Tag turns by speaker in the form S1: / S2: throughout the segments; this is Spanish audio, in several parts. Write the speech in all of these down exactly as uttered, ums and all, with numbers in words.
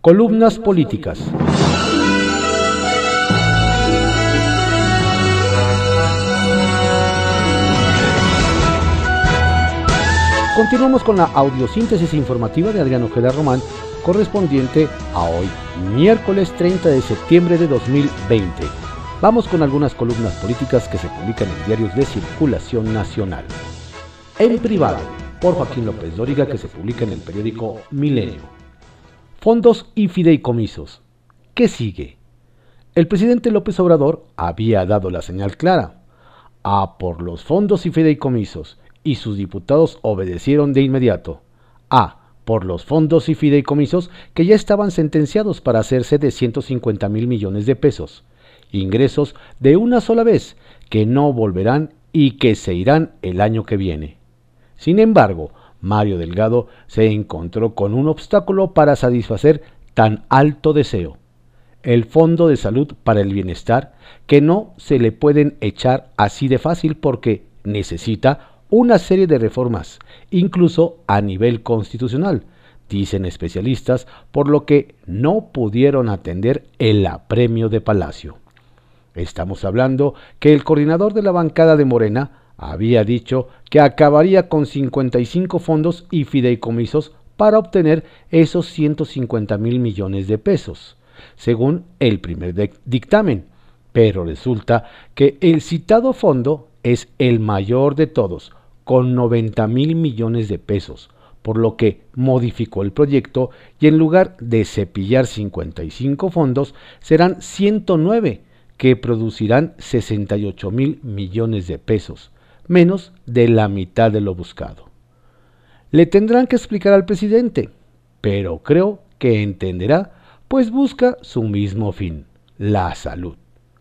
S1: Columnas políticas. Continuamos con la audiosíntesis informativa de Adrián Ojeda Román, correspondiente a hoy, miércoles treinta de septiembre de dos mil veinte. Vamos con algunas columnas políticas que se publican en diarios de circulación nacional. En privado, por Joaquín López Dóriga, que se publica en el periódico Milenio. Fondos y fideicomisos. ¿Qué sigue? El presidente López Obrador había dado la señal clara. A por los fondos y fideicomisos, y sus diputados obedecieron de inmediato. A por los fondos y fideicomisos que ya estaban sentenciados para hacerse de ciento cincuenta mil millones de pesos. Ingresos de una sola vez, que no volverán y que se irán el año que viene. Sin embargo, Mario Delgado se encontró con un obstáculo para satisfacer tan alto deseo: el Fondo de Salud para el Bienestar, que no se le pueden echar así de fácil porque necesita una serie de reformas, incluso a nivel constitucional, dicen especialistas, por lo que no pudieron atender el apremio de Palacio. Estamos hablando que el coordinador de la bancada de Morena había dicho que acabaría con cincuenta y cinco fondos y fideicomisos para obtener esos ciento cincuenta mil millones de pesos, según el primer dictamen, pero resulta que el citado fondo es el mayor de todos, con noventa mil millones de pesos, por lo que modificó el proyecto y en lugar de cepillar cincuenta y cinco fondos, serán ciento nueve, que producirán sesenta y ocho mil millones de pesos, menos de la mitad de lo buscado. Le tendrán que explicar al presidente, pero creo que entenderá, pues busca su mismo fin, la salud.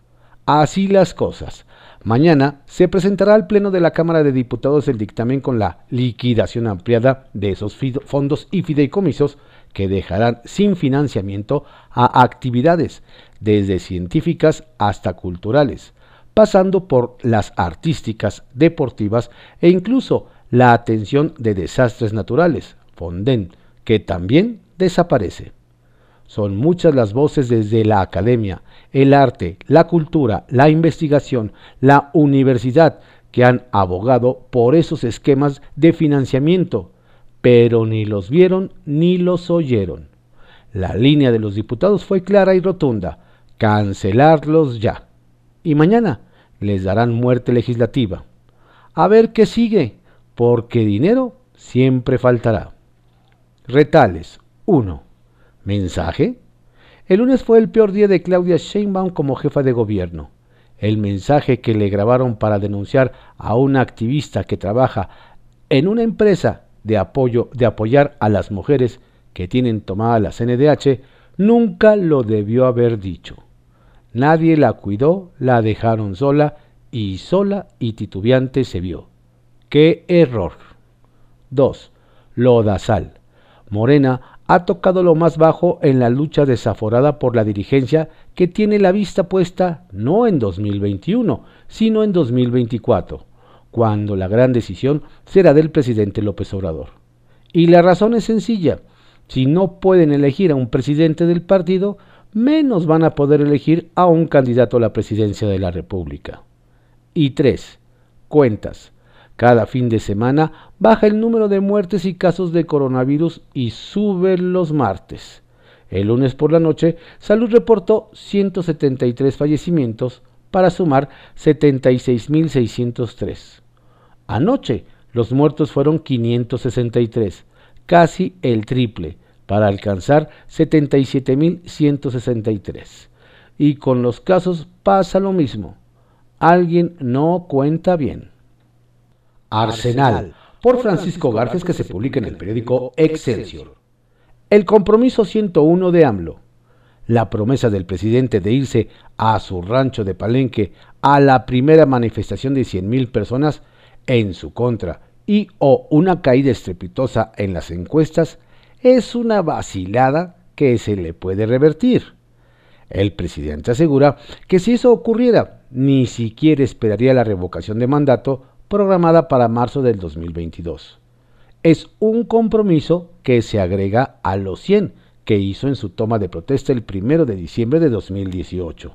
S1: Así las cosas. Mañana se presentará al Pleno de la Cámara de Diputados el dictamen con la liquidación ampliada de esos fondos y fideicomisos que dejarán sin financiamiento a actividades, desde científicas hasta culturales, pasando por las artísticas, deportivas e incluso la atención de desastres naturales, Fonden, que también desaparece. Son muchas las voces desde la academia, el arte, la cultura, la investigación, la universidad, que han abogado por esos esquemas de financiamiento, pero ni los vieron ni los oyeron. La línea de los diputados fue clara y rotunda: cancelarlos ya. Y mañana les darán muerte legislativa. A ver qué sigue, porque dinero siempre faltará. Retales. uno. ¿Mensaje? El lunes fue el peor día de Claudia Sheinbaum como jefa de gobierno. El mensaje que le grabaron para denunciar a una activista que trabaja en una empresa de apoyo de apoyar a las mujeres que tienen tomada la C N D H nunca lo debió haber dicho. Nadie la cuidó, la dejaron sola y sola y titubeante se vio. ¡Qué error! dos. Lodazal. Morena ha tocado lo más bajo en la lucha desaforada por la dirigencia, que tiene la vista puesta no en dos mil veintiuno, sino en dos mil veinticuatro, cuando la gran decisión será del presidente López Obrador. Y la razón es sencilla: si no pueden elegir a un presidente del partido, menos van a poder elegir a un candidato a la presidencia de la República. Y tres. Cuentas. Cada fin de semana baja el número de muertes y casos de coronavirus y sube los martes. El lunes por la noche, Salud reportó ciento setenta y tres fallecimientos para sumar setenta y seis mil seiscientos tres. Anoche, los muertos fueron quinientos sesenta y tres, casi el triple, para alcanzar setenta y siete mil ciento sesenta y tres. Y con los casos pasa lo mismo. Alguien no cuenta bien. Arsenal, por Francisco Garces, que se publica en el periódico Excelsior. El compromiso ciento uno de AMLO. La promesa del presidente de irse a su rancho de Palenque a la primera manifestación de cien mil personas en su contra y o una caída estrepitosa en las encuestas es una vacilada que se le puede revertir. El presidente asegura que si eso ocurriera, ni siquiera esperaría la revocación de mandato programada para marzo del dos mil veintidós. Es un compromiso que se agrega a los cien que hizo en su toma de protesta el primero de diciembre de dos mil dieciocho.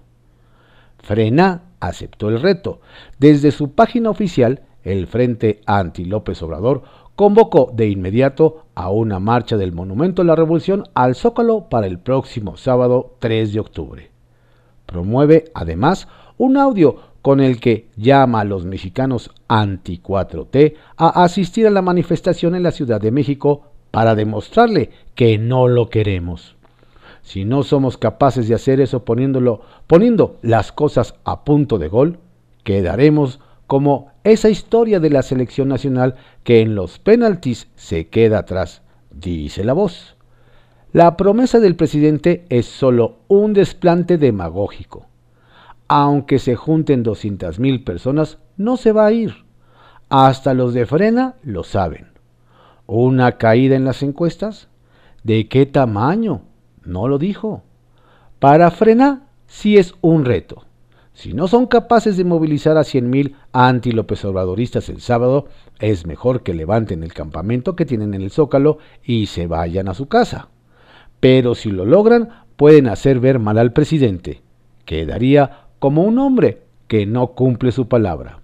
S1: Frena aceptó el reto. Desde su página oficial, el Frente Anti-López Obrador convocó de inmediato a una marcha del Monumento a la Revolución al Zócalo para el próximo sábado tres de octubre. Promueve, además, un audio con el que llama a los mexicanos anti cuatro T a asistir a la manifestación en la Ciudad de México para demostrarle que no lo queremos. Si no somos capaces de hacer eso poniéndolo, poniendo las cosas a punto de gol, quedaremos como esa historia de la selección nacional que en los penaltis se queda atrás, dice la voz. La promesa del presidente es solo un desplante demagógico. Aunque se junten doscientas mil personas, no se va a ir. Hasta los de Frena lo saben. ¿Una caída en las encuestas? ¿De qué tamaño? No lo dijo. Para Frena sí es un reto. Si no son capaces de movilizar a cien mil anti-López Obradoristas el sábado, es mejor que levanten el campamento que tienen en el Zócalo y se vayan a su casa. Pero si lo logran, pueden hacer ver mal al presidente. Quedaría como un hombre que no cumple su palabra.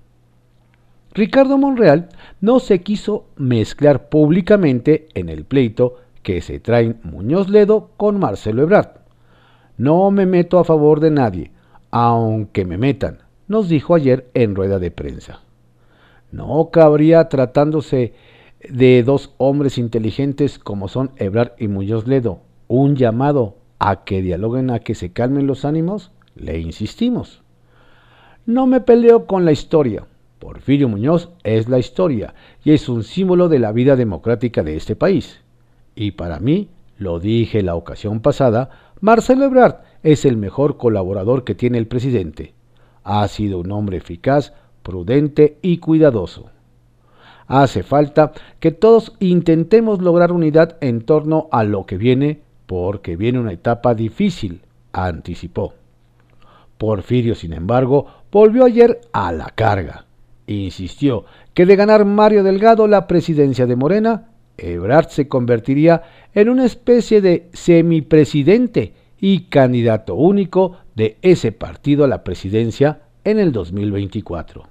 S1: Ricardo Monreal no se quiso mezclar públicamente en el pleito que se traen Muñoz Ledo con Marcelo Ebrard. No me meto a favor de nadie, aunque me metan, nos dijo ayer en rueda de prensa. No cabría, tratándose de dos hombres inteligentes como son Ebrard y Muñoz Ledo, un llamado a que dialoguen, a que se calmen los ánimos. Le insistimos. No me peleo con la historia. Porfirio Muñoz es la historia y es un símbolo de la vida democrática de este país. Y para mí, lo dije la ocasión pasada, Marcelo Ebrard es el mejor colaborador que tiene el presidente. Ha sido un hombre eficaz, prudente y cuidadoso. Hace falta que todos intentemos lograr unidad en torno a lo que viene, porque viene una etapa difícil, anticipó. Porfirio, sin embargo, volvió ayer a la carga. Insistió que de ganar Mario Delgado la presidencia de Morena, Ebrard se convertiría en una especie de semipresidente y candidato único de ese partido a la presidencia en el dos mil veinticuatro.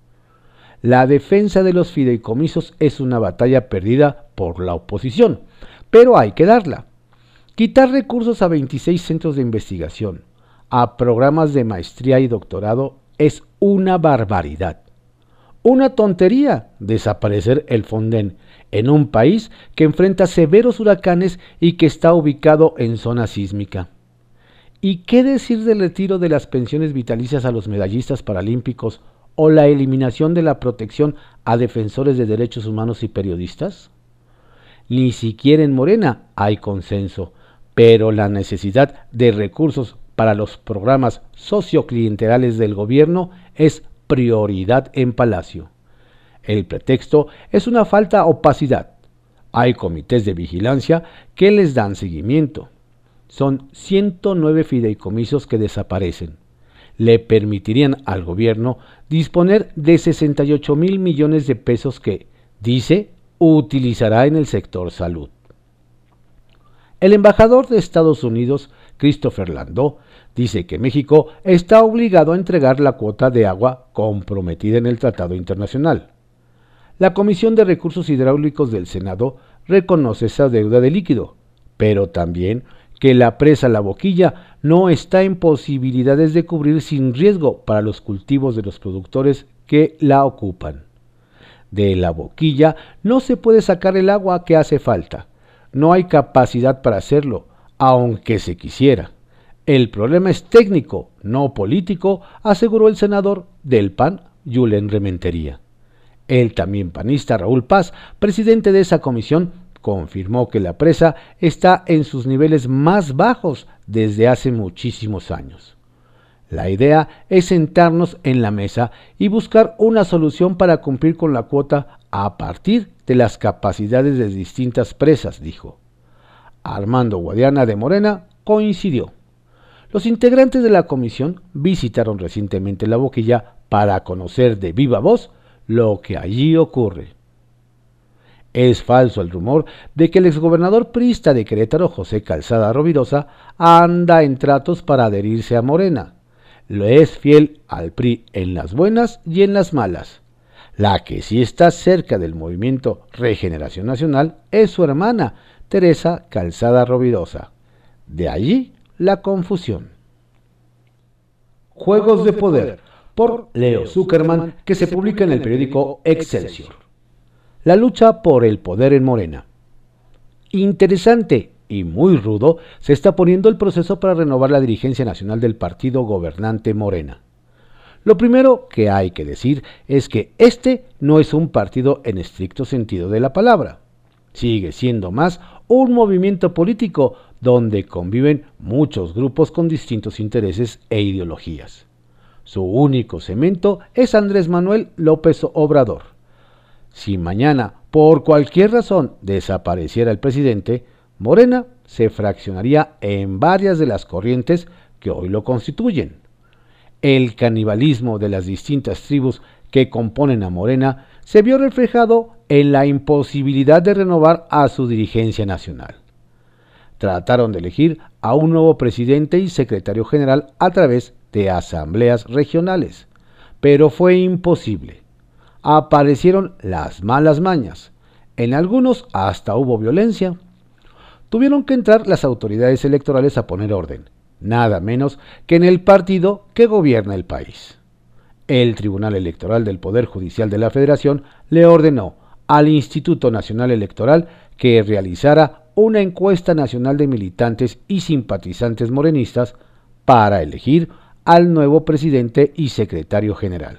S1: La defensa de los fideicomisos es una batalla perdida por la oposición, pero hay que darla. Quitar recursos a veintiséis centros de investigación, a programas de maestría y doctorado es una barbaridad. Una tontería desaparecer el Fonden en un país que enfrenta severos huracanes y que está ubicado en zona sísmica. ¿Y qué decir del retiro de las pensiones vitalicias a los medallistas paralímpicos o la eliminación de la protección a defensores de derechos humanos y periodistas? Ni siquiera en Morena hay consenso, pero la necesidad de recursos para los programas socioclientelales del gobierno es prioridad en Palacio. El pretexto es una falta opacidad. Hay comités de vigilancia que les dan seguimiento. Son ciento nueve fideicomisos que desaparecen. Le permitirían al gobierno disponer de sesenta y ocho mil millones de pesos que, dice, utilizará en el sector salud. El embajador de Estados Unidos, Christopher Landau, dice que México está obligado a entregar la cuota de agua comprometida en el Tratado Internacional. La Comisión de Recursos Hidráulicos del Senado reconoce esa deuda de líquido, pero también que la presa La Boquilla no está en posibilidades de cubrir sin riesgo para los cultivos de los productores que la ocupan. De La Boquilla no se puede sacar el agua que hace falta. No hay capacidad para hacerlo, aunque se quisiera. El problema es técnico, no político, aseguró el senador del P A N, Julen Rementería. El también panista Raúl Paz, presidente de esa comisión, confirmó que la presa está en sus niveles más bajos desde hace muchísimos años. La idea es sentarnos en la mesa y buscar una solución para cumplir con la cuota a partir de las capacidades de distintas presas, dijo. Armando Guadiana de Morena coincidió. Los integrantes de la comisión visitaron recientemente La Boquilla para conocer de viva voz lo que allí ocurre. Es falso el rumor de que el exgobernador priista de Querétaro, José Calzada Rovirosa, anda en tratos para adherirse a Morena. Lo es fiel al P R I en las buenas y en las malas. La que sí está cerca del movimiento Regeneración Nacional es su hermana, Teresa Calzada Rovirosa. De allí la confusión. Juegos de Poder, por Leo Zuckerman, que se publica en el periódico Excelsior. La lucha por el poder en Morena. Interesante y muy rudo se está poniendo el proceso para renovar la dirigencia nacional del partido gobernante Morena. Lo primero que hay que decir es que este no es un partido en estricto sentido de la palabra. Sigue siendo más un movimiento político donde conviven muchos grupos con distintos intereses e ideologías. Su único cemento es Andrés Manuel López Obrador. Si mañana, por cualquier razón, desapareciera el presidente, Morena se fraccionaría en varias de las corrientes que hoy lo constituyen. El canibalismo de las distintas tribus que componen a Morena se vio reflejado en la imposibilidad de renovar a su dirigencia nacional. Trataron de elegir a un nuevo presidente y secretario general a través de asambleas regionales, pero fue imposible. Aparecieron las malas mañas, en algunos hasta hubo violencia. Tuvieron que entrar las autoridades electorales a poner orden, nada menos que en el partido que gobierna el país. El Tribunal Electoral del Poder Judicial de la Federación le ordenó al Instituto Nacional Electoral que realizara una encuesta nacional de militantes y simpatizantes morenistas para elegir al nuevo presidente y secretario general.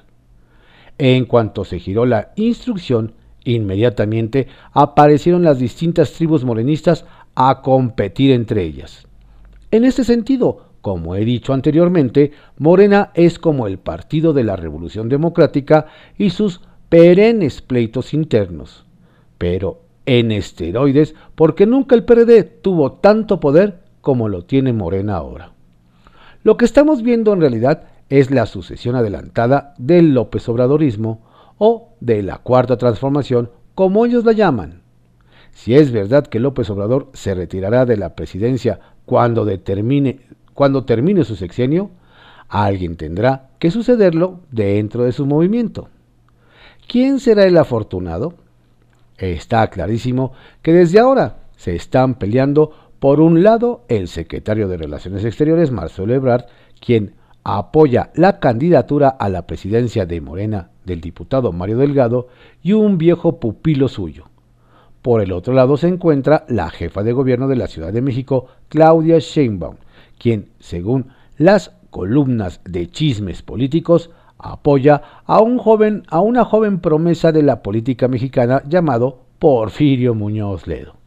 S1: En cuanto se giró la instrucción, inmediatamente aparecieron las distintas tribus morenistas a competir entre ellas. En este sentido, como he dicho anteriormente, Morena es como el Partido de la Revolución Democrática y sus perennes pleitos internos, pero en esteroides, porque nunca el P R D tuvo tanto poder como lo tiene Morena ahora. Lo que estamos viendo en realidad es la sucesión adelantada del López Obradorismo o de la Cuarta Transformación, como ellos la llaman. Si es verdad que López Obrador se retirará de la presidencia cuando, determine, cuando termine su sexenio, alguien tendrá que sucederlo dentro de su movimiento. ¿Quién será el afortunado? Está clarísimo que desde ahora se están peleando por un lado el secretario de Relaciones Exteriores, Marcelo Ebrard, quien apoya la candidatura a la presidencia de Morena del diputado Mario Delgado y un viejo pupilo suyo. Por el otro lado se encuentra la jefa de gobierno de la Ciudad de México, Claudia Sheinbaum, quien, según las columnas de chismes políticos, apoya a un joven, a una joven promesa de la política mexicana llamado Porfirio Muñoz Ledo.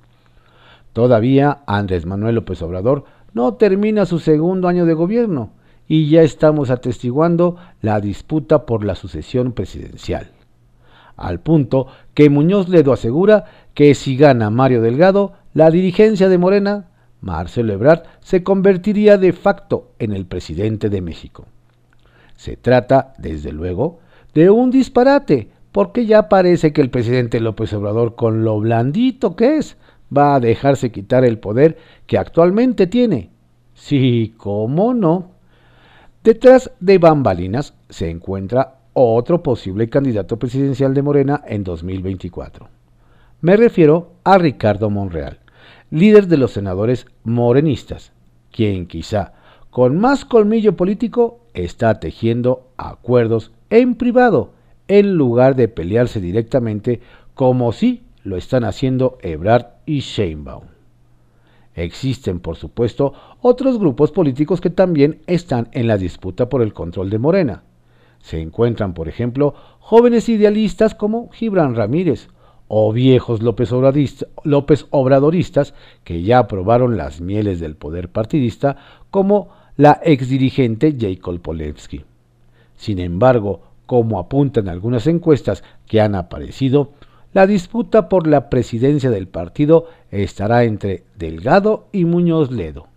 S1: Todavía Andrés Manuel López Obrador no termina su segundo año de gobierno y ya estamos atestiguando la disputa por la sucesión presidencial. Al punto que Muñoz Ledo asegura que si gana Mario Delgado, la dirigencia de Morena, Marcelo Ebrard se convertiría de facto en el presidente de México. Se trata, desde luego, de un disparate, porque ya parece que el presidente López Obrador, con lo blandito que es, va a dejarse quitar el poder que actualmente tiene. Sí, cómo no. Detrás de bambalinas se encuentra otro posible candidato presidencial de Morena en dos mil veinticuatro. Me refiero a Ricardo Monreal, líder de los senadores morenistas, quien quizá con más colmillo político está tejiendo acuerdos en privado en lugar de pelearse directamente como sí lo están haciendo Ebrard y Sheinbaum. Existen, por supuesto, otros grupos políticos que también están en la disputa por el control de Morena. Se encuentran, por ejemplo, jóvenes idealistas como Gibran Ramírez o viejos López, López Obradoristas que ya probaron las mieles del poder partidista, como la exdirigente Jacob Polensky. Sin embargo, como apuntan algunas encuestas que han aparecido, la disputa por la presidencia del partido estará entre Delgado y Muñoz Ledo.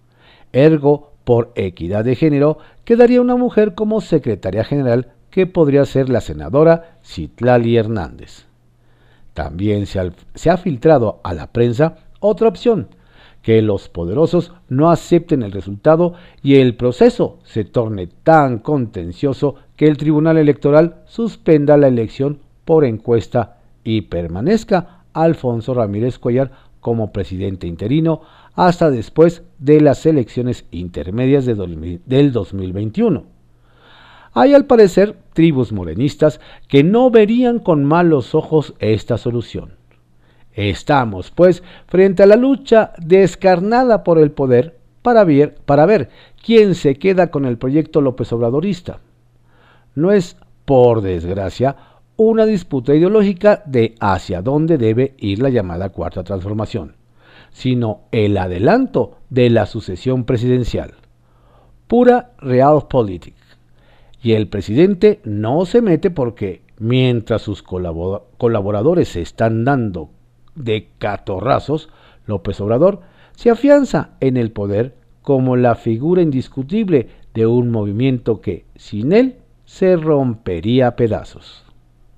S1: Ergo, por equidad de género, quedaría una mujer como secretaria general que podría ser la senadora Citlali Hernández. También se ha, se ha filtrado a la prensa otra opción, que los poderosos no acepten el resultado y el proceso se torne tan contencioso que el Tribunal Electoral suspenda la elección por encuesta y permanezca Alfonso Ramírez Cuellar como presidente interino hasta después de las elecciones intermedias de del dos mil veintiuno. Hay al parecer tribus morenistas que no verían con malos ojos esta solución. Estamos, pues, frente a la lucha descarnada por el poder para ver, para ver quién se queda con el proyecto López Obradorista. No es, por desgracia, una disputa ideológica de hacia dónde debe ir la llamada Cuarta Transformación, sino el adelanto de la sucesión presidencial. Pura realpolitik. Y el presidente no se mete porque, mientras sus colaboradores se están dando de catorrazos, López Obrador se afianza en el poder como la figura indiscutible de un movimiento que, sin él, se rompería a pedazos.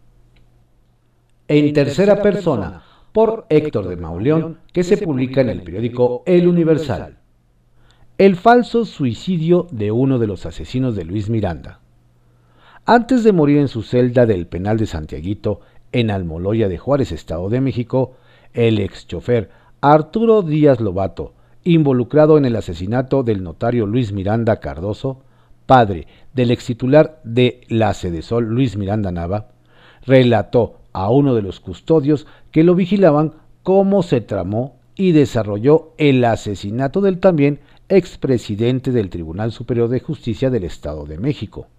S1: En tercera persona, por Héctor de Mauleón, que se publica en el periódico El Universal. El falso suicidio de uno de los asesinos de Luis Miranda. Antes de morir en su celda del penal de Santiaguito, en Almoloya de Juárez, Estado de México, el exchofer Arturo Díaz Lobato, involucrado en el asesinato del notario Luis Miranda Cardoso, padre del extitular de la Sedesol Luis Miranda Nava, relató a uno de los custodios que lo vigilaban cómo se tramó y desarrolló el asesinato del también expresidente del Tribunal Superior de Justicia del Estado de México.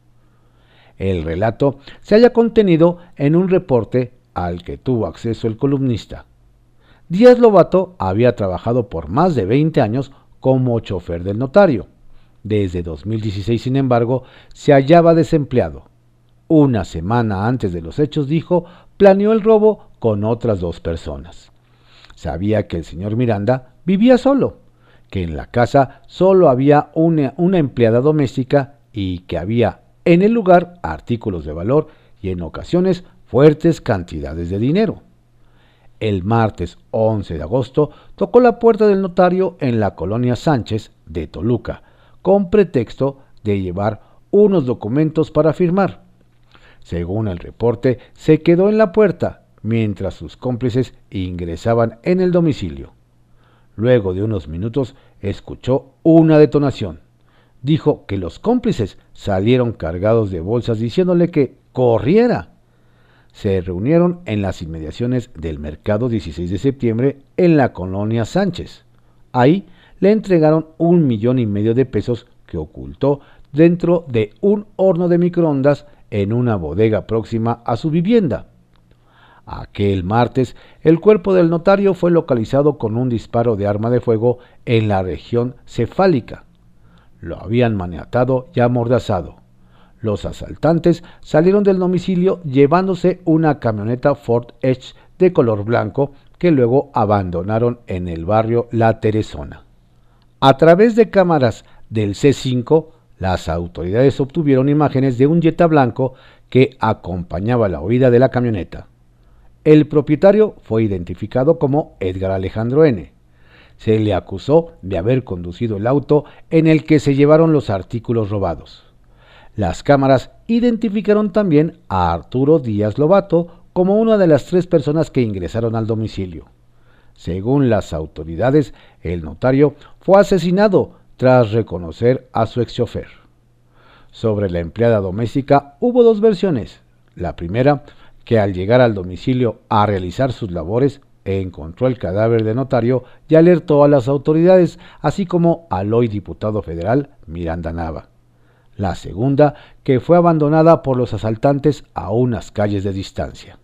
S1: El relato se halla contenido en un reporte al que tuvo acceso el columnista. Díaz Lobato había trabajado por más de veinte años como chofer del notario. Desde dos mil dieciséis, sin embargo, se hallaba desempleado. Una semana antes de los hechos, dijo, planeó el robo con otras dos personas. Sabía que el señor Miranda vivía solo, que en la casa solo había una, una empleada doméstica y que había en el lugar artículos de valor y en ocasiones fuertes cantidades de dinero. El martes once de agosto tocó la puerta del notario en la colonia Sánchez de Toluca, con pretexto de llevar unos documentos para firmar. Según el reporte, se quedó en la puerta mientras sus cómplices ingresaban en el domicilio. Luego de unos minutos escuchó una detonación. Dijo que los cómplices salieron cargados de bolsas diciéndole que corriera. Se reunieron en las inmediaciones del mercado dieciséis de septiembre en la colonia Sánchez. Ahí le entregaron un millón y medio de pesos que ocultó dentro de un horno de microondas en una bodega próxima a su vivienda. Aquel martes, el cuerpo del notario fue localizado con un disparo de arma de fuego en la región cefálica. Lo habían maniatado y amordazado. Los asaltantes salieron del domicilio llevándose una camioneta Ford Edge de color blanco que luego abandonaron en el barrio La Teresona. A través de cámaras del C cinco, las autoridades obtuvieron imágenes de un Jetta blanco que acompañaba la huida de la camioneta. El propietario fue identificado como Edgar Alejandro N. Se le acusó de haber conducido el auto en el que se llevaron los artículos robados. Las cámaras identificaron también a Arturo Díaz Lobato como una de las tres personas que ingresaron al domicilio. Según las autoridades, el notario fue asesinado tras reconocer a su exchofer. Sobre la empleada doméstica hubo dos versiones. La primera, que al llegar al domicilio a realizar sus labores, encontró el cadáver del notario y alertó a las autoridades, así como al hoy diputado federal Miranda Nava. La segunda, que fue abandonada por los asaltantes a unas calles de distancia.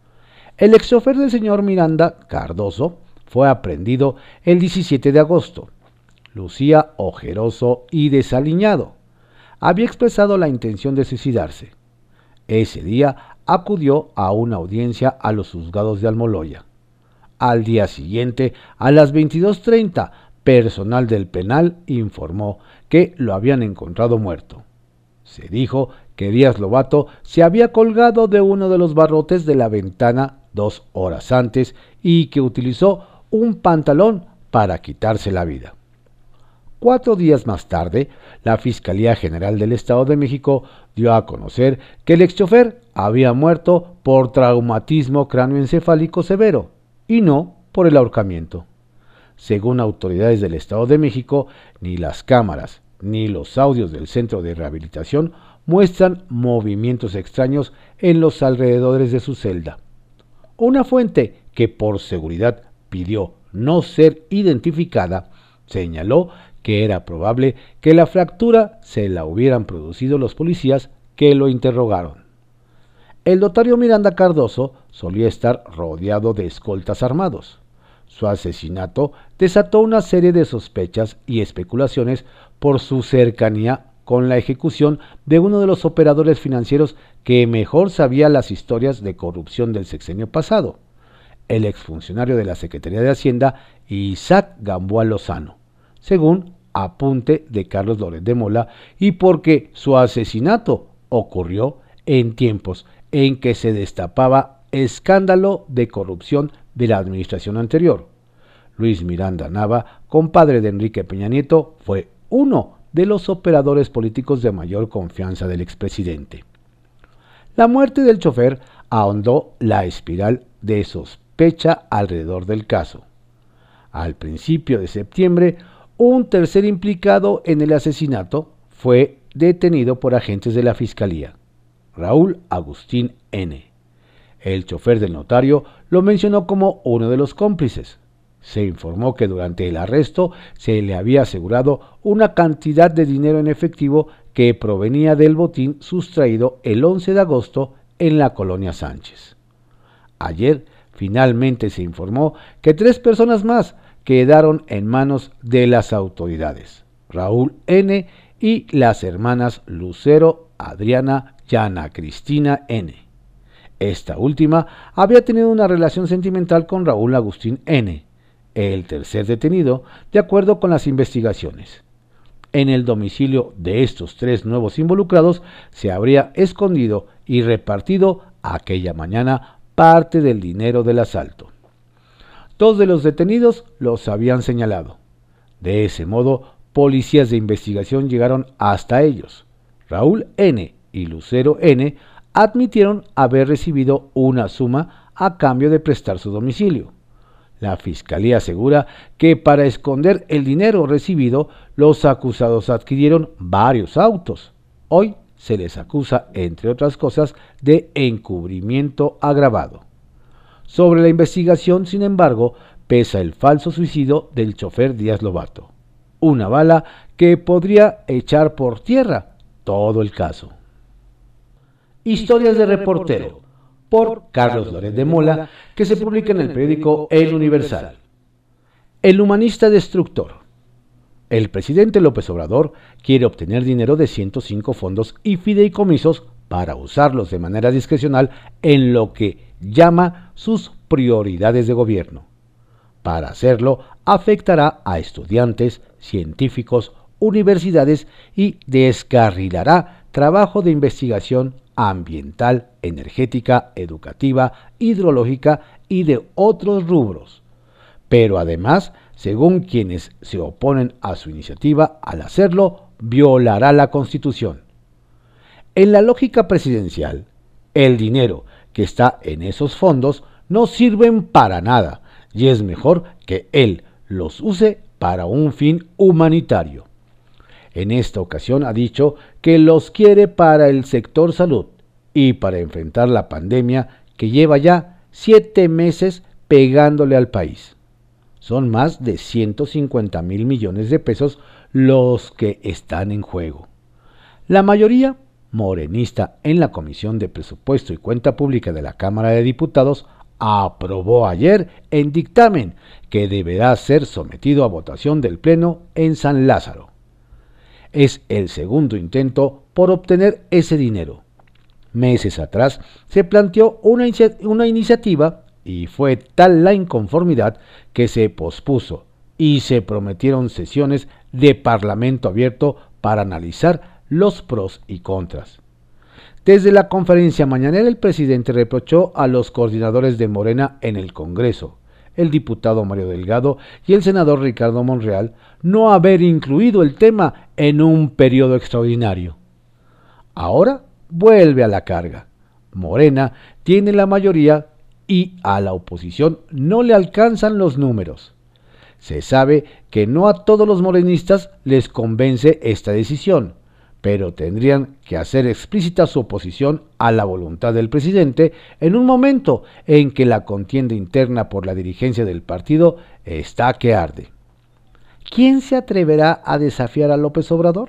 S1: El exchofer del señor Miranda Cardoso fue aprehendido el diecisiete de agosto. Lucía ojeroso y desaliñado. Había expresado la intención de suicidarse. Ese día acudió a una audiencia a los juzgados de Almoloya. Al día siguiente, a las veintidós treinta, personal del penal informó que lo habían encontrado muerto. Se dijo que Díaz Lobato se había colgado de uno de los barrotes de la ventana dos horas antes y que utilizó un pantalón para quitarse la vida. Cuatro días más tarde, la Fiscalía General del Estado de México dio a conocer que el exchofer había muerto por traumatismo cráneoencefálico severo y no por el ahorcamiento. Según autoridades del Estado de México, ni las cámaras ni los audios del centro de rehabilitación muestran movimientos extraños en los alrededores de su celda. Una fuente que por seguridad pidió no ser identificada señaló que era probable que la fractura se la hubieran producido los policías que lo interrogaron. El notario Miranda Cardoso solía estar rodeado de escoltas armados. Su asesinato desató una serie de sospechas y especulaciones por su cercanía con la ejecución de uno de los operadores financieros que mejor sabía las historias de corrupción del sexenio pasado, el exfuncionario de la Secretaría de Hacienda Isaac Gamboa Lozano, según apunte de Carlos Loret de Mola, y porque su asesinato ocurrió en tiempos en que se destapaba escándalo de corrupción de la administración anterior. Luis Miranda Nava, compadre de Enrique Peña Nieto, fue uno de los operadores políticos de mayor confianza del expresidente. La muerte del chofer ahondó la espiral de sospecha alrededor del caso. Al principio de septiembre, un tercer implicado en el asesinato fue detenido por agentes de la Fiscalía, Raúl Agustín N. El chofer del notario lo mencionó como uno de los cómplices. Se informó que durante el arresto se le había asegurado una cantidad de dinero en efectivo que provenía del botín sustraído el once de agosto en la colonia Sánchez. Ayer finalmente se informó que tres personas más quedaron en manos de las autoridades, Raúl N. y las hermanas Lucero, Adriana y Ana Cristina N. Esta última había tenido una relación sentimental con Raúl Agustín N., el tercer detenido, de acuerdo con las investigaciones. En el domicilio de estos tres nuevos involucrados se habría escondido y repartido aquella mañana parte del dinero del asalto. Dos de los detenidos los habían señalado. De ese modo, policías de investigación llegaron hasta ellos. Raúl N. y Lucero N. admitieron haber recibido una suma a cambio de prestar su domicilio. La Fiscalía asegura que para esconder el dinero recibido, los acusados adquirieron varios autos. Hoy se les acusa, entre otras cosas, de encubrimiento agravado. Sobre la investigación, sin embargo, pesa el falso suicidio del chofer Díaz Lobato, una bala que podría echar por tierra todo el caso. Historias de reportero, por Carlos Loret de Mola, que se publica en el periódico El Universal. El humanista destructor. El presidente López Obrador quiere obtener dinero de ciento cinco fondos y fideicomisos para usarlos de manera discrecional en lo que llama sus prioridades de gobierno. Para hacerlo, afectará a estudiantes, científicos, universidades y descarrilará trabajo de investigación ambiental, energética, educativa, hidrológica y de otros rubros. Pero además, según quienes se oponen a su iniciativa, al hacerlo, violará la Constitución. En la lógica presidencial, el dinero que está en esos fondos no sirven para nada y es mejor que él los use para un fin humanitario. En esta ocasión ha dicho que los quiere para el sector salud y para enfrentar la pandemia que lleva ya siete meses pegándole al país. Son más de ciento cincuenta mil millones de pesos los que están en juego. La mayoría morenista en la Comisión de Presupuesto y Cuenta Pública de la Cámara de Diputados aprobó ayer en dictamen que deberá ser sometido a votación del Pleno en San Lázaro. Es el segundo intento por obtener ese dinero. Meses atrás se planteó una, una iniciativa y fue tal la inconformidad que se pospuso y se prometieron sesiones de Parlamento abierto para analizar los pros y contras. Desde la conferencia mañanera, el presidente reprochó a los coordinadores de Morena en el Congreso, el diputado Mario Delgado y el senador Ricardo Monreal, no haber incluido el tema en un periodo extraordinario. Ahora vuelve a la carga. Morena tiene la mayoría y a la oposición no le alcanzan los números. Se sabe que no a todos los morenistas les convence esta decisión, pero tendrían que hacer explícita su oposición a la voluntad del presidente en un momento en que la contienda interna por la dirigencia del partido está que arde. ¿Quién se atreverá a desafiar a López Obrador?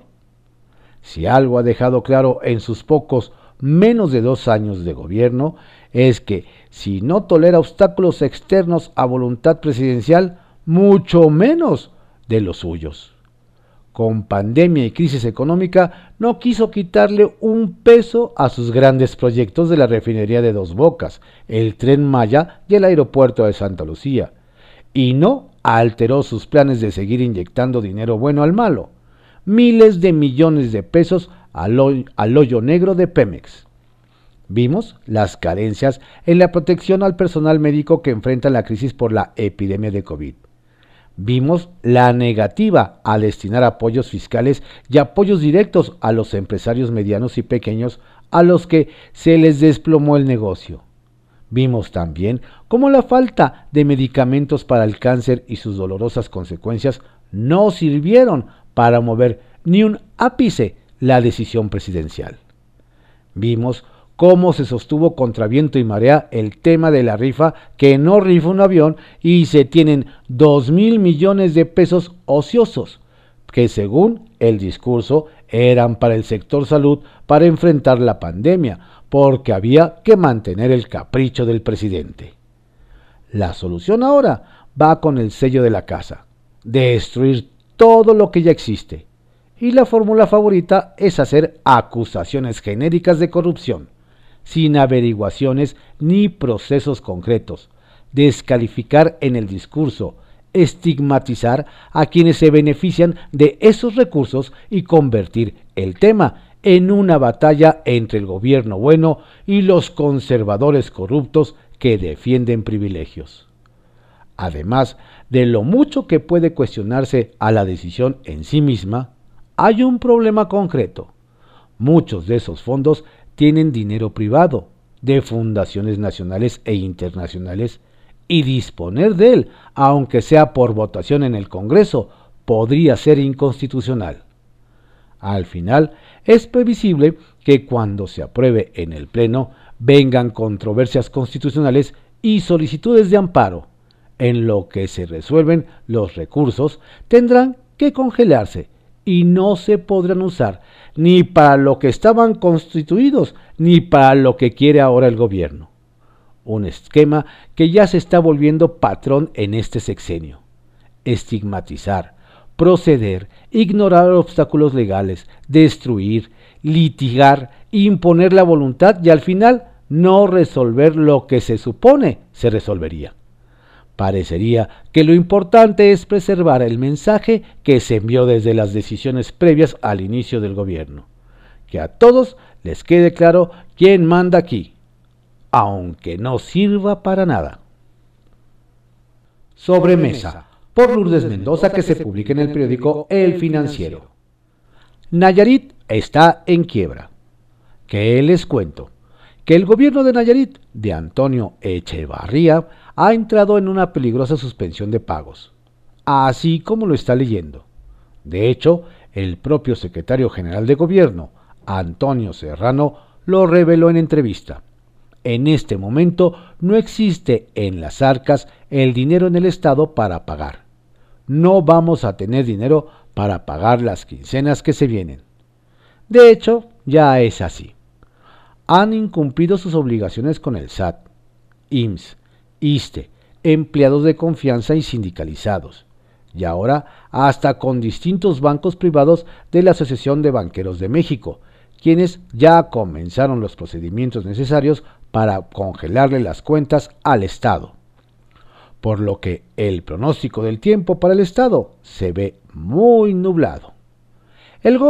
S1: Si algo ha dejado claro en sus pocos menos de dos años de gobierno, es que si no tolera obstáculos externos a voluntad presidencial, mucho menos de los suyos. Con pandemia y crisis económica, no quiso quitarle un peso a sus grandes proyectos de la refinería de Dos Bocas, el Tren Maya y el aeropuerto de Santa Lucía, y no alteró sus planes de seguir inyectando dinero bueno al malo, miles de millones de pesos al, hoy, al hoyo negro de Pemex. Vimos las carencias en la protección al personal médico que enfrenta la crisis por la epidemia de COVID. Vimos la negativa a destinar apoyos fiscales y apoyos directos a los empresarios medianos y pequeños a los que se les desplomó el negocio. Vimos también cómo la falta de medicamentos para el cáncer y sus dolorosas consecuencias no sirvieron para mover ni un ápice la decisión presidencial. Vimos cómo se sostuvo contra viento y marea el tema de la rifa que no rifa un avión y se tienen dos mil millones de pesos ociosos, que según el discurso eran para el sector salud para enfrentar la pandemia, porque había que mantener el capricho del presidente. La solución ahora va con el sello de la casa, destruir todo lo que ya existe. Y la fórmula favorita es hacer acusaciones genéricas de corrupción, sin averiguaciones ni procesos concretos, descalificar en el discurso, estigmatizar a quienes se benefician de esos recursos y convertir el tema en una batalla entre el gobierno bueno y los conservadores corruptos que defienden privilegios. Además de lo mucho que puede cuestionarse a la decisión en sí misma, hay un problema concreto. Muchos de esos fondos tienen dinero privado, de fundaciones nacionales e internacionales, y disponer de él, aunque sea por votación en el Congreso, podría ser inconstitucional. Al final, es previsible que cuando se apruebe en el Pleno, vengan controversias constitucionales y solicitudes de amparo. En lo que se resuelven los recursos, tendrán que congelarse y no se podrán usar ni para lo que estaban constituidos ni para lo que quiere ahora el gobierno. Un esquema que ya se está volviendo patrón en este sexenio. Estigmatizar, proceder, ignorar obstáculos legales, destruir, litigar, imponer la voluntad y al final no resolver lo que se supone se resolvería. Parecería que lo importante es preservar el mensaje que se envió desde las decisiones previas al inicio del gobierno. Que a todos les quede claro quién manda aquí, aunque no sirva para nada. Sobremesa, por Lourdes Mendoza, que se publica en el periódico El Financiero. Nayarit está en quiebra. ¿Qué les cuento? Que el gobierno de Nayarit, de Antonio Echevarría, ha entrado en una peligrosa suspensión de pagos, así como lo está leyendo. De hecho, el propio secretario general de gobierno, Antonio Serrano, lo reveló en entrevista. En este momento no existe en las arcas el dinero en el Estado para pagar. No vamos a tener dinero para pagar las quincenas que se vienen. De hecho, ya es así. Han incumplido sus obligaciones con el S A T, I M S S, ISSSTE, empleados de confianza y sindicalizados, y ahora hasta con distintos bancos privados de la Asociación de Banqueros de México, quienes ya comenzaron los procedimientos necesarios para congelarle las cuentas al Estado. Por lo que el pronóstico del tiempo para el Estado se ve muy nublado. El Gober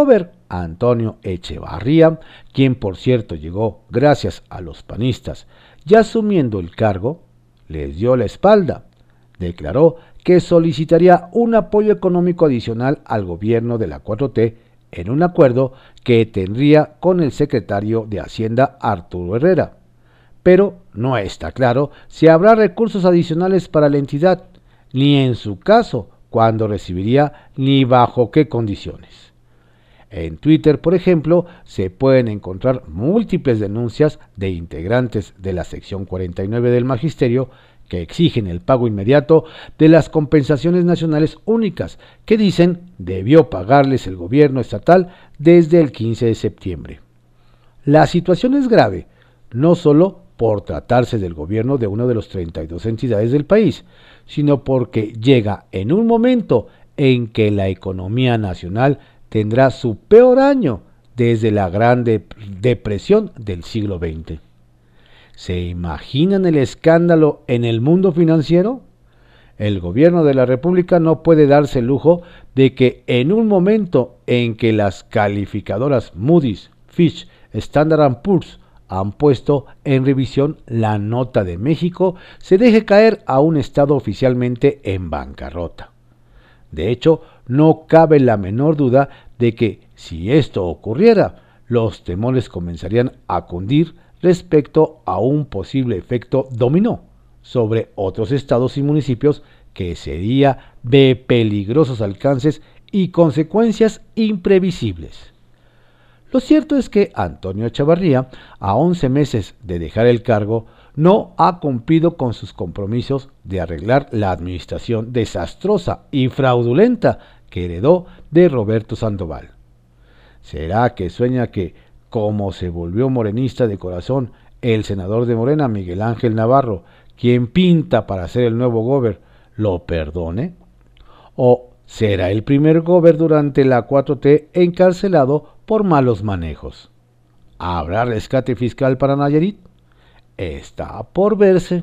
S1: Antonio Echevarría, quien por cierto llegó gracias a los panistas, y asumiendo el cargo, les dio la espalda. Declaró que solicitaría un apoyo económico adicional al gobierno de la cuatro T en un acuerdo que tendría con el secretario de Hacienda Arturo Herrera. Pero no está claro si habrá recursos adicionales para la entidad, ni en su caso cuándo recibiría ni bajo qué condiciones. En Twitter, por ejemplo, se pueden encontrar múltiples denuncias de integrantes de la sección cuarenta y nueve del Magisterio que exigen el pago inmediato de las compensaciones nacionales únicas que dicen debió pagarles el gobierno estatal desde el quince de septiembre. La situación es grave, no solo por tratarse del gobierno de una de las treinta y dos entidades del país, sino porque llega en un momento en que la economía nacional tendrá su peor año desde la Gran Depresión del siglo veinte. ¿Se imaginan el escándalo en el mundo financiero? El gobierno de la República no puede darse el lujo de que en un momento en que las calificadoras Moody's, Fitch, Standard and Poor's han puesto en revisión la nota de México, se deje caer a un estado oficialmente en bancarrota. De hecho, no cabe la menor duda de que, si esto ocurriera, los temores comenzarían a cundir respecto a un posible efecto dominó sobre otros estados y municipios que sería de peligrosos alcances y consecuencias imprevisibles. Lo cierto es que Antonio Echevarría, a once meses de dejar el cargo, no ha cumplido con sus compromisos de arreglar la administración desastrosa y fraudulenta que heredó de Roberto Sandoval. ¿Será que sueña que, como se volvió morenista de corazón el senador de Morena, Miguel Ángel Navarro, quien pinta para ser el nuevo gober, lo perdone? ¿O será el primer gober durante la cuatro T encarcelado por malos manejos? ¿Habrá rescate fiscal para Nayarit? Está por verse.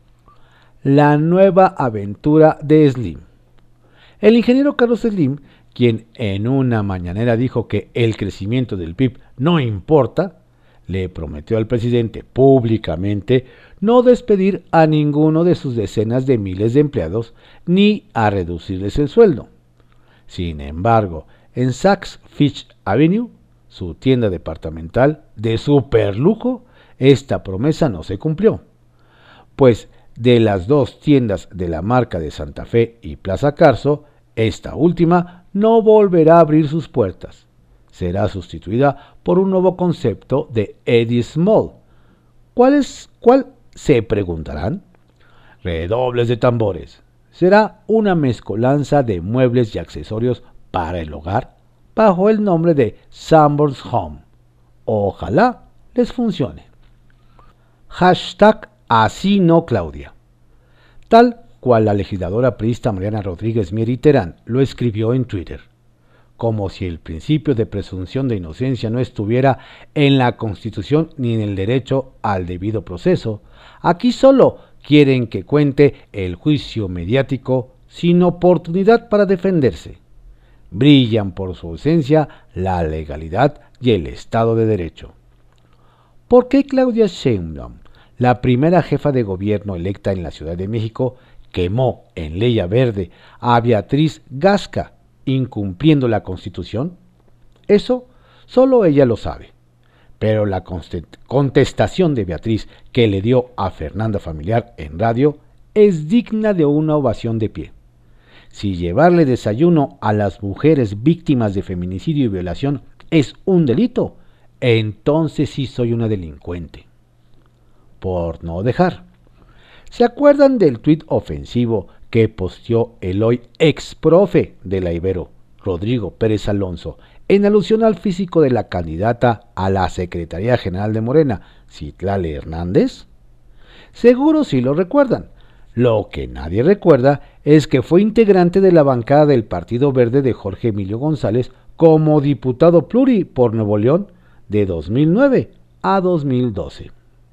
S1: La nueva aventura de Slim. El ingeniero Carlos Slim, quien en una mañanera dijo que el crecimiento del P I B no importa, le prometió al presidente públicamente no despedir a ninguno de sus decenas de miles de empleados ni a reducirles el sueldo. Sin embargo, en Saks Fifth Avenue, su tienda departamental de superlujo, esta promesa no se cumplió, pues de las dos tiendas de la marca de Santa Fe y Plaza Carso, esta última no volverá a abrir sus puertas. Será sustituida por un nuevo concepto de Eddie's Mall. ¿Cuál es, cuál? Se preguntarán. Redobles de tambores. Será una mezcolanza de muebles y accesorios para el hogar bajo el nombre de Sanborns Home. Ojalá les funcione. Hashtag Así no Claudia. Tal cual la legisladora priista Mariana Rodríguez Mier y Terán lo escribió en Twitter. Como si el principio de presunción de inocencia no estuviera en la Constitución ni en el derecho al debido proceso, aquí solo quieren que cuente el juicio mediático sin oportunidad para defenderse. Brillan por su ausencia la legalidad y el Estado de Derecho. ¿Por qué Claudia Sheinbaum, la primera jefa de gobierno electa en la Ciudad de México, quemó en leña verde a Beatriz Gasca, incumpliendo la Constitución? Eso solo ella lo sabe. Pero la contestación de Beatriz que le dio a Fernanda Familiar en radio es digna de una ovación de pie. Si llevarle desayuno a las mujeres víctimas de feminicidio y violación es un delito, entonces sí soy una delincuente. Por no dejar. ¿Se acuerdan del tuit ofensivo que posteó el hoy ex profe de la Ibero, Rodrigo Pérez Alonso, en alusión al físico de la candidata a la Secretaría General de Morena, Citlali Hernández? Seguro sí lo recuerdan. Lo que nadie recuerda es que fue integrante de la bancada del Partido Verde de Jorge Emilio González como diputado pluri por Nuevo León de dos mil nueve a dos mil doce.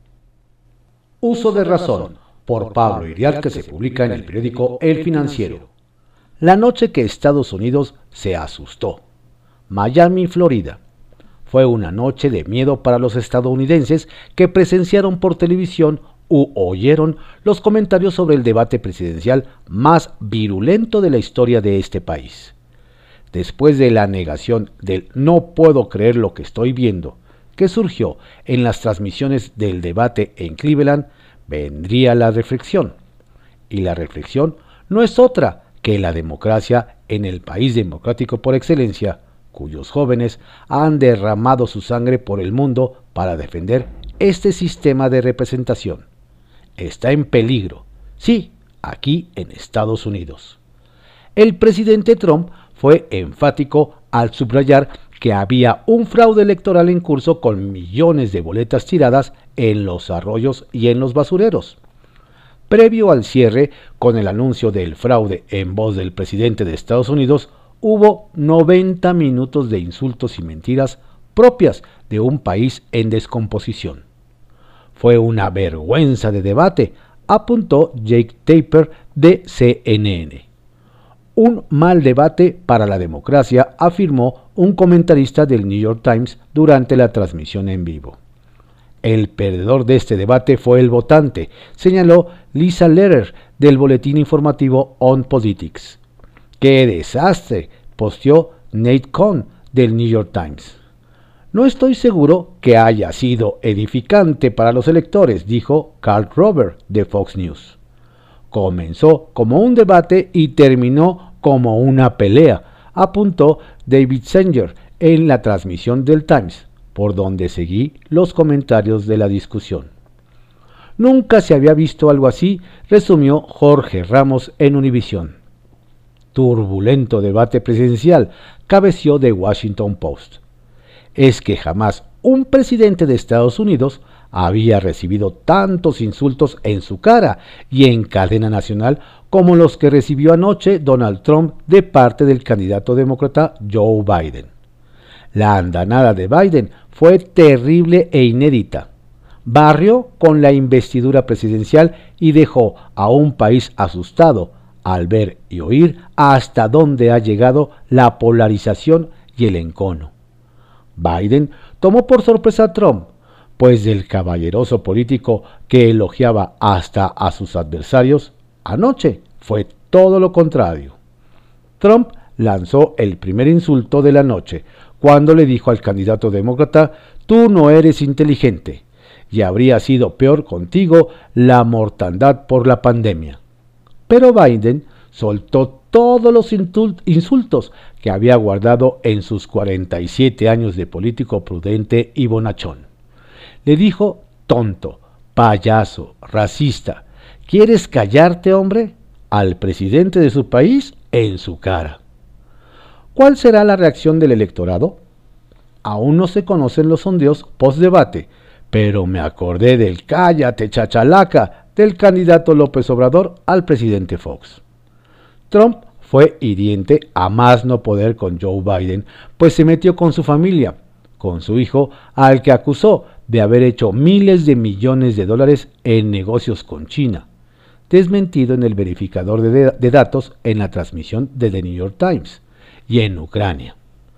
S1: Uso de razón, por Pablo Iriart, que se publica en el periódico El Financiero. La noche que Estados Unidos se asustó. Miami, Florida. Fue una noche de miedo para los estadounidenses que presenciaron por televisión u oyeron los comentarios sobre el debate presidencial más virulento de la historia de este país. Después de la negación del "no puedo creer lo que estoy viendo", que surgió en las transmisiones del debate en Cleveland, vendría la reflexión. Y la reflexión no es otra que la democracia en el país democrático por excelencia, cuyos jóvenes han derramado su sangre por el mundo para defender este sistema de representación. Está en peligro, sí, aquí en Estados Unidos. El presidente Trump fue enfático al subrayar que había un fraude electoral en curso con millones de boletas tiradas en los arroyos y en los basureros. Previo al cierre, con el anuncio del fraude en voz del presidente de Estados Unidos, hubo noventa minutos de insultos y mentiras propias de un país en descomposición. Fue una vergüenza de debate, apuntó Jake Tapper de C N N. Un mal debate para la democracia, afirmó un comentarista del New York Times durante la transmisión en vivo. El perdedor de este debate fue el votante, señaló Lisa Lederer del boletín informativo On Politics. ¡Qué desastre!, posteó Nate Cohn del New York Times. No estoy seguro que haya sido edificante para los electores, dijo Carl Robert de Fox News. Comenzó como un debate y terminó como una pelea, apuntó David Sanger en la transmisión del Times, por donde seguí los comentarios de la discusión. Nunca se había visto algo así, resumió Jorge Ramos en Univisión. Turbulento debate presidencial, cabeció The Washington Post. Es que jamás un presidente de Estados Unidos había recibido tantos insultos en su cara y en cadena nacional como los que recibió anoche Donald Trump de parte del candidato demócrata Joe Biden. La andanada de Biden fue terrible e inédita. Barrió con la investidura presidencial y dejó a un país asustado al ver y oír hasta dónde ha llegado la polarización y el encono. Biden tomó por sorpresa a Trump, pues del caballeroso político que elogiaba hasta a sus adversarios, anoche fue todo lo contrario. Trump lanzó el primer insulto de la noche, cuando le dijo al candidato demócrata: «Tú no eres inteligente, y habría sido peor contigo la mortandad por la pandemia». Pero Biden soltó todos los insultos que había guardado en sus cuarenta y siete años de político prudente y bonachón. Le dijo tonto, payaso, racista. ¿Quieres callarte, hombre?, al presidente de su país en su cara. ¿Cuál será la reacción del electorado? Aún no se conocen los sondeos post-debate, pero me acordé del cállate chachalaca del candidato López Obrador al presidente Fox. Trump fue hiriente a más no poder con Joe Biden, pues se metió con su familia, con su hijo, al que acusó de haber hecho miles de millones de dólares en negocios con China, desmentido en el verificador de, de datos en la transmisión de The New York Times, y en Ucrania.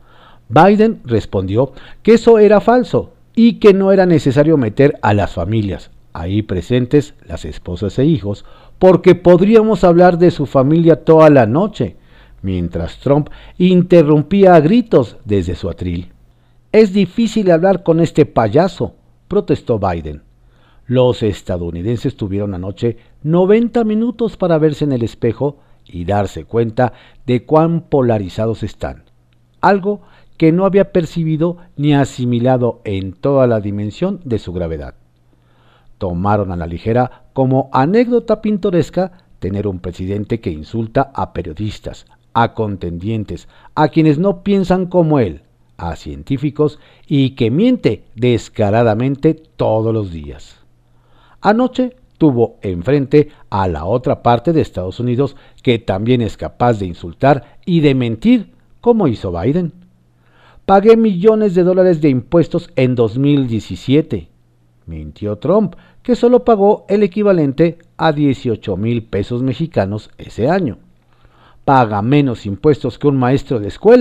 S1: Biden respondió que eso era falso y que no era necesario meter a las familias, ahí presentes las esposas e hijos, porque podríamos hablar de su familia toda la noche, mientras Trump interrumpía a gritos desde su atril. Es difícil hablar con este payaso, protestó Biden. Los estadounidenses tuvieron anoche noventa minutos para verse en el espejo y darse cuenta de cuán polarizados están, algo que no había percibido ni asimilado en toda la dimensión de su gravedad. Tomaron a la ligera como anécdota pintoresca tener un presidente que insulta a periodistas, a contendientes, a quienes no piensan como él, a científicos, y que miente descaradamente todos los días. Anoche tuvo enfrente a la otra parte de Estados Unidos que también es capaz de insultar y de mentir, como hizo Biden. Pagué millones de dólares de impuestos en dos mil diecisiete. Mintió Trump, que solo pagó el equivalente a dieciocho mil pesos mexicanos ese año. Paga menos impuestos que un maestro de escuela,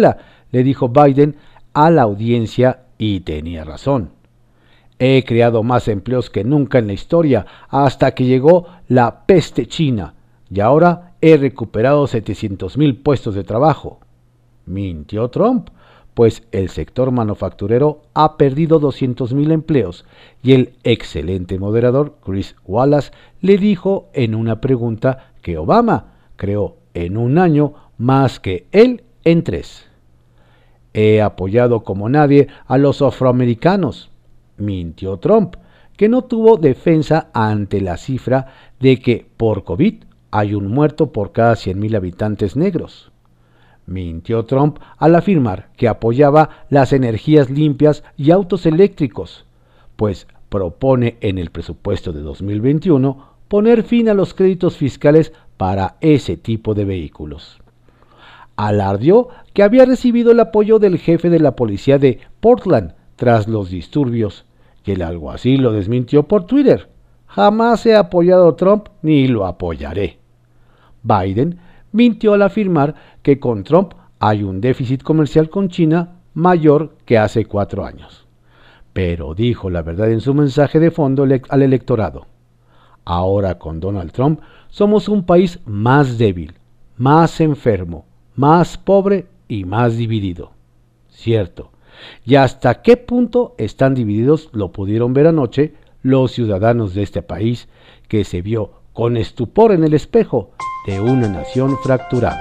S1: le dijo Biden a la audiencia y tenía razón. He creado más empleos que nunca en la historia hasta que llegó la peste china y ahora he recuperado setecientos mil puestos de trabajo. Mintió Trump, pues el sector manufacturero ha perdido doscientos mil empleos y el excelente moderador Chris Wallace le dijo en una pregunta que Obama creó en un año más que él en tres. He apoyado como nadie a los afroamericanos. Mintió Trump, que no tuvo defensa ante la cifra de que por COVID hay un muerto por cada cien mil habitantes negros. Mintió Trump al afirmar que apoyaba las energías limpias y autos eléctricos, pues propone en el presupuesto de dos mil veintiuno poner fin a los créditos fiscales para ese tipo de vehículos. Alardeó que había recibido el apoyo del jefe de la policía de Portland tras los disturbios, y el alguacil lo desmintió por Twitter. Jamás he apoyado a Trump ni lo apoyaré. Biden mintió al afirmar que con Trump hay un déficit comercial con China mayor que hace cuatro años. Pero dijo la verdad en su mensaje de fondo al electorado. Ahora con Donald Trump somos un país más débil, más enfermo, más pobre y más dividido. Cierto. ¿Y hasta qué punto están divididos? Lo pudieron ver anoche los ciudadanos de este país, que se vio con estupor en el espejo de una nación fracturada.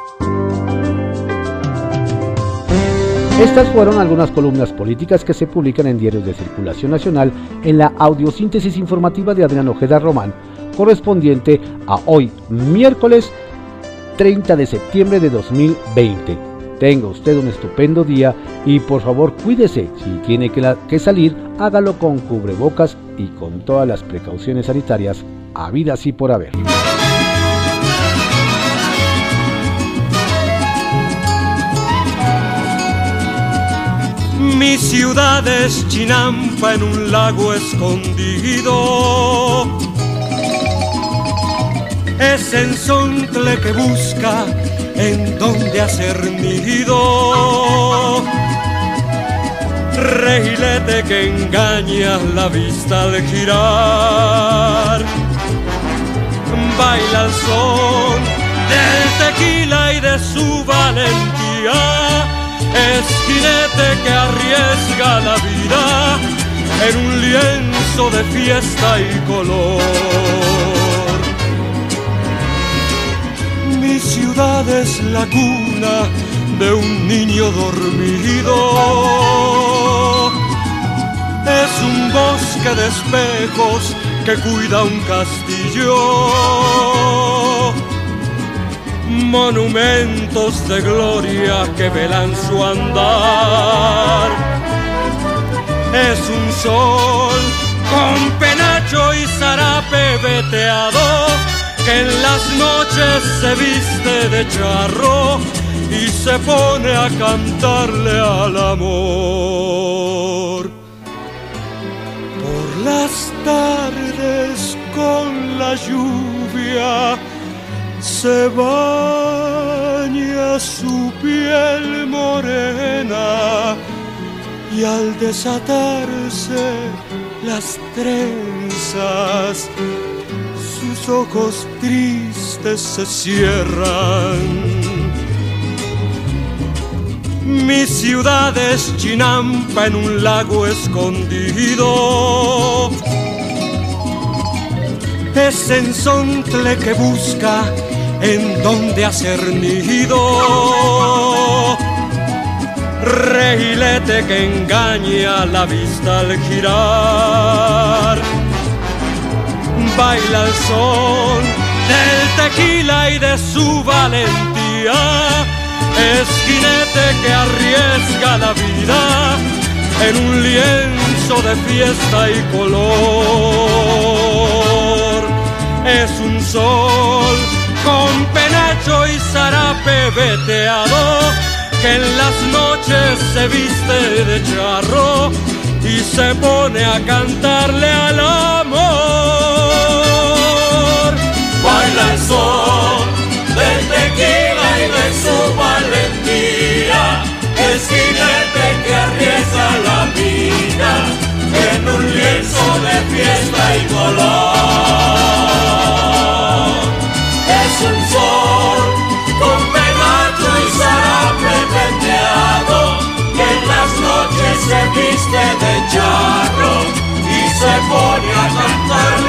S1: Estas fueron algunas columnas políticas que se publican en diarios de circulación nacional en la audiosíntesis informativa de Adrián Ojeda Román, correspondiente a hoy, miércoles treinta de septiembre de dos mil veinte. Tenga usted un estupendo día y por favor cuídese. Si tiene que, la, que salir, hágalo con cubrebocas y con todas las precauciones sanitarias habidas y por haber.
S2: Mi ciudad es Chinampa en un lago escondido. Es ensontle que busca en donde hacer nido. Regilete que engaña la vista al girar. Baila al son del tequila y de su valentía. Es jinete que arriesga la vida en un lienzo de fiesta y color. Mi ciudad es la cuna de un niño dormido. Es un bosque de espejos que cuida un castillo. Monumentos de gloria que velan su andar. Es un sol con penacho y zarape veteado que en las noches se viste de charro y se pone a cantarle al amor. Por las tardes con la lluvia se baña su piel morena y al desatarse las trenzas sus ojos tristes se cierran. Mi ciudad es Chinampa en un lago escondido. Es ensontle que busca en donde hacer nido. Regilete que engaña la vista al girar. Baila al son del tequila y de su valentía. Es jinete que arriesga la vida en un lienzo de fiesta y color. Es un sol con penacho y zarape veteado que en las noches se viste de charro y se pone a cantarle al amor. Baila el son del tequila y de su valentía. es jinete que arriesga la vida en un lienzo de fiesta y color. Es un sol con penacho y zarape veteado que en las noches se viste de charro y se pone a cantar